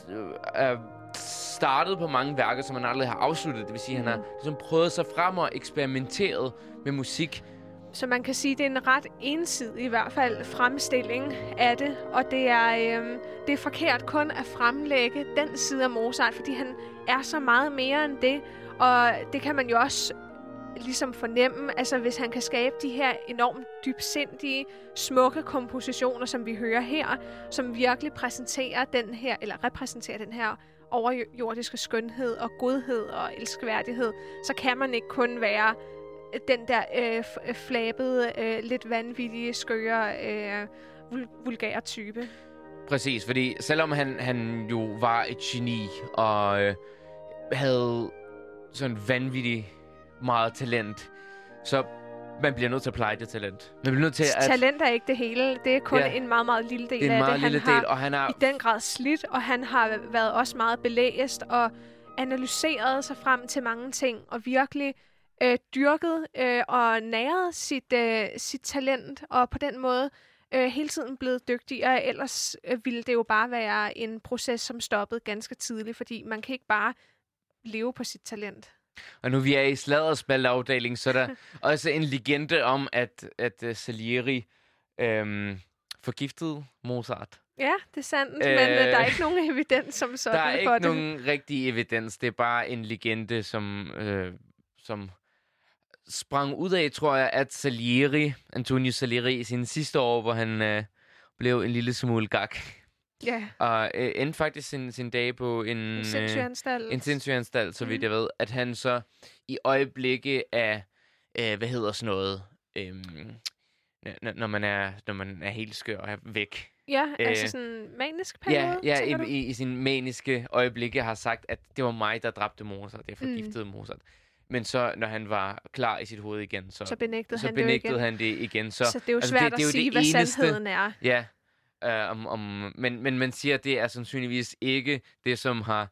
øh, startet på mange værker, som han aldrig har afsluttet. Det vil sige, at han har ligesom prøvet sig frem og eksperimenteret med musik. Så man kan sige, at det er en ret ensidig i hvert fald fremstilling af det. Og det er, øh, det er forkert kun at fremlægge den side af Mozart, fordi han er så meget mere end det. Og det kan man jo også ligesom fornemme, altså hvis han kan skabe de her enormt dybsindige, smukke kompositioner, som vi hører her, som virkelig præsenterer den her, eller repræsenterer den her overjordiske skønhed og godhed og elskværdighed, så kan man ikke kun være den der øh, flabede, øh, lidt vanvittige, skøre, øh, vul- vulgære type. Præcis, fordi selvom han, han jo var et geni og øh, havde sådan vanvittigt meget talent, så man bliver nødt til at pleje det talent. Man bliver nødt til at... Talent er ikke det hele. Det er kun ja, en meget, meget lille del det er en af meget det. Lille han del, har og han har i den grad slidt, og han har været også meget belæst og analyseret sig frem til mange ting, og virkelig øh, dyrket øh, og næret sit, øh, sit talent, og på den måde øh, hele tiden blevet dygtigere. Ellers øh, ville det jo bare være en proces, som stoppede ganske tidligt, fordi man kan ikke bare leve på sit talent. Og nu vi er i sladderspalteafdelingen, så er der også en legende om, at, at uh, Salieri øhm, forgiftede Mozart. Ja, det er sandt, øh, men øh, der er ikke nogen evidens som sådan for det. Der er ikke nogen rigtig evidens. Det er bare en legende, som, øh, som sprang ud af, tror jeg, at Salieri, Antonio Salieri, i sine sidste år, hvor han øh, blev en lille smule gak. Ja. Og øh, endte faktisk sin, sin dag på en... En sindssygeanstalt. Øh, en sindssygeanstalt, så vidt jeg ved. At han så i øjeblikke af, øh, hvad hedder sådan noget, øh, n- når, man er, når man er helt skør og er væk. Ja, øh, altså sådan en manisk periode, Ja, ja i, i, i sin maniske øjeblikke har sagt, at det var mig, der dræbte Mozart. Det forgiftede mm. Mozart. Men så, når han var klar i sit hoved igen, så, så benægtede, så han, benægtede det han det igen. Så, så det er jo altså, svært det, det er at jo sige, hvad eneste, sandheden er. Ja, øh, om, om, men, men man siger, at det er sandsynligvis ikke det, som har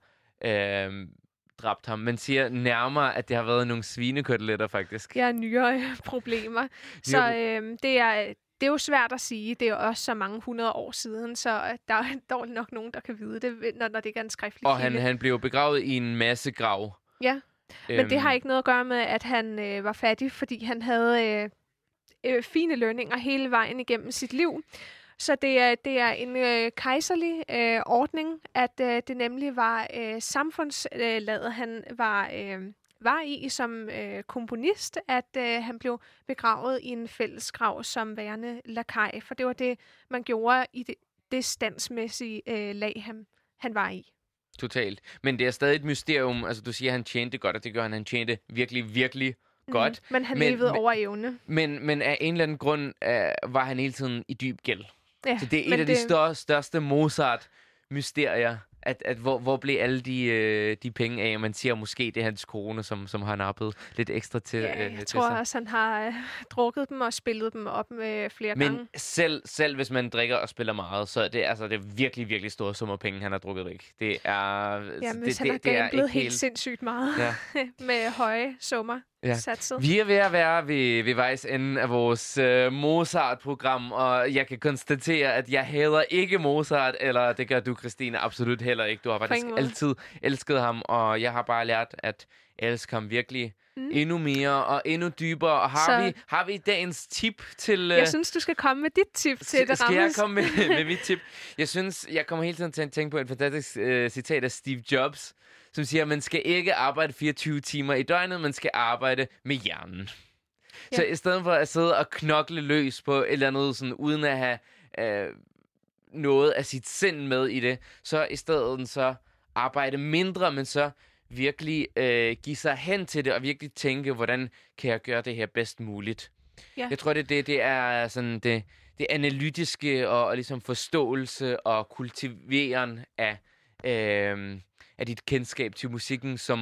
øh, dræbt ham. Man siger nærmere, at det har været nogle svinekoteletter, faktisk. Ja, nyere problemer. Så øh, det er... Det er jo svært at sige. Det er jo også så mange hundrede år siden, så der er dårligt nok nogen, der kan vide det, når, når det ikke er en skriftlig Og han, han blev begravet i en masse grav. Ja, men øhm. det har ikke noget at gøre med, at han øh, var fattig, fordi han havde øh, øh, fine lønninger hele vejen igennem sit liv. Så det er, det er en øh, kejserlig øh, ordning, at øh, det nemlig var øh, samfundslaget, øh, han var... Øh, var i som øh, komponist, at øh, han blev begravet i en fællesgrav som værende lakaj, for det var det, man gjorde i det, det standsmæssige øh, lag, han, han var i. Totalt. Men det er stadig et mysterium. Altså, du siger, at han tjente godt, og det gør han. Han tjente virkelig, virkelig godt. Mm, men han men, levede men, over evne. Men, men af en eller anden grund øh, var han hele tiden i dyb gæld. Ja, så det er et af det... de større, største Mozart-mysterier. At, at hvor, hvor blev alle de, øh, de penge af? Man siger måske, det er hans kone, som, som har nappet lidt ekstra til. Ja, jeg øh, til tror sig. også, han har øh, drukket dem og spillet dem op med flere Men gange. Men selv, selv hvis man drikker og spiller meget, så er det, altså, det er virkelig, virkelig store summer penge, han har drukket væk. Det er... Ja, men det, han det, har gamblet helt helt sindssygt meget ja. med høje summer. Ja. Satset. Vi er ved at være ved, ved vejs ende af vores uh, Mozart-program, og jeg kan konstatere, at jeg hader ikke Mozart, eller det gør du, Christine, absolut heller ikke. Du har faktisk altid elsket ham, og jeg har bare lært at elske ham virkelig mm. endnu mere og endnu dybere. Og har, Så... vi, har vi dagens tip til... Uh... Jeg synes, du skal komme med dit tip til det, Skal jeg komme med, med mit tip? Jeg synes, jeg kommer hele tiden til at tænke på et fantastisk uh, citat af Steve Jobs, som siger, at man skal ikke arbejde fireogtyve timer i døgnet, man skal arbejde med hjernen. Ja. Så i stedet for at sidde og knokle løs på et eller andet, sådan, uden at have øh, noget af sit sind med i det, så i stedet så arbejde mindre, men så virkelig øh, give sig hen til det, og virkelig tænke, hvordan kan jeg gøre det her bedst muligt. Ja. Jeg tror, det, det, det er sådan det, det analytiske og, og ligesom forståelse og kultiveren af... Øh, af dit kendskab til musikken, som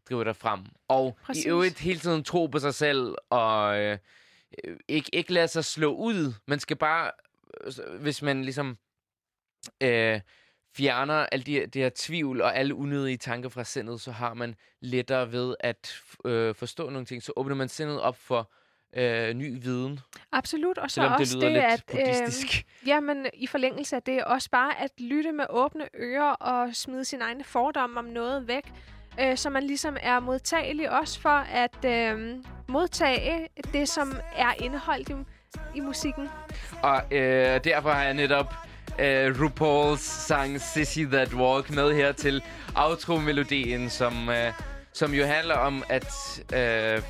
driver dig frem. Og Præcis. i øvrigt hele tiden tro på sig selv, og øh, ikke, ikke lade sig slå ud. Man skal bare, hvis man ligesom øh, fjerner alle de, de her tvivl og alle unødige tanker fra sindet, så har man lettere ved at øh, forstå nogle ting. Så åbner man sindet op for øh, ny viden. Absolut, og så Selvom også det, lyder det, lidt at buddhistisk. øh, jamen, i forlængelse af det, også bare at lytte med åbne ører og smide sine egne fordomme om noget væk, øh, så man ligesom er modtagelig også for at øh, modtage det, som er indeholdt i, i musikken. Og øh, derfor har jeg netop øh, RuPaul's sang Sissy That Walk med her til outro-melodien, som, øh, som jo handler om, at øh,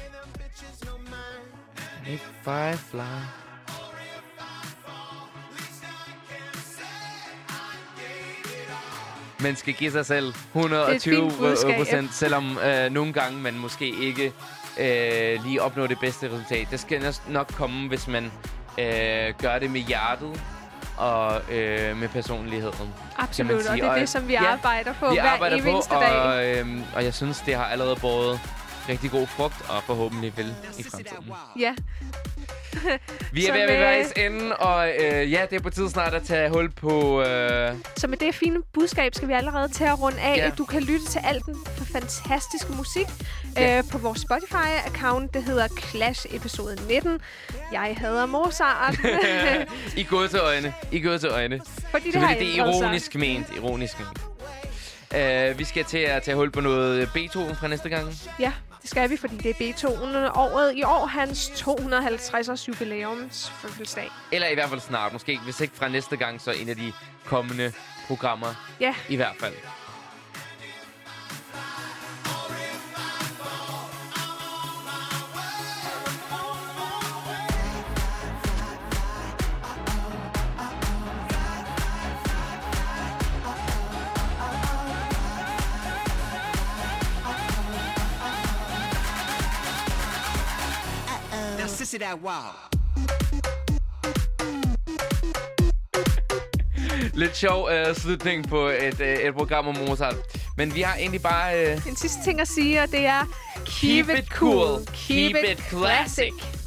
if I fly. Man skal give sig selv hundrede og tyve procent, selvom øh, nogle gange man måske ikke øh, lige opnår det bedste resultat. Det skal nok komme, hvis man øh, gør det med hjertet og øh, med personligheden. Absolut, og det er det, som vi ja, arbejder på vi hver arbejder eneste på, dag. Og, øh, og jeg synes, det har allerede båret rigtig god frugt, og forhåbentlig vil i fremtiden. Ja. Vi er ved at være vejs ende, og øh, ja, det er på tide snart at tage hul på... Øh... Så med det fine budskab skal vi allerede til at runde af. Ja. Du kan lytte til al den fantastiske musik ja. øh, på vores Spotify-account. Det hedder Clash episode nitten. Jeg hader Mozart. I går til øjne. I går til øjne. Fordi det, det, det er ironisk ment. Ironisk ment. Uh, vi skal til at tage hul på noget Beethoven fra næste gang. Ja, det skal vi, fordi det er Beethoven-året i år, hans to hundrede og halvtreds års jubilæums fødselsdag. Eller i hvert fald snart. Måske, hvis ikke fra næste gang, så en af de kommende programmer. Ja. I hvert fald. Sissy That Wow. Lidt sjov uh, slutning på et, uh, et program om Mozart. Men vi har egentlig bare... Uh... en sidste ting at sige, og det er Keep, keep it cool, keep, keep it classic. classic.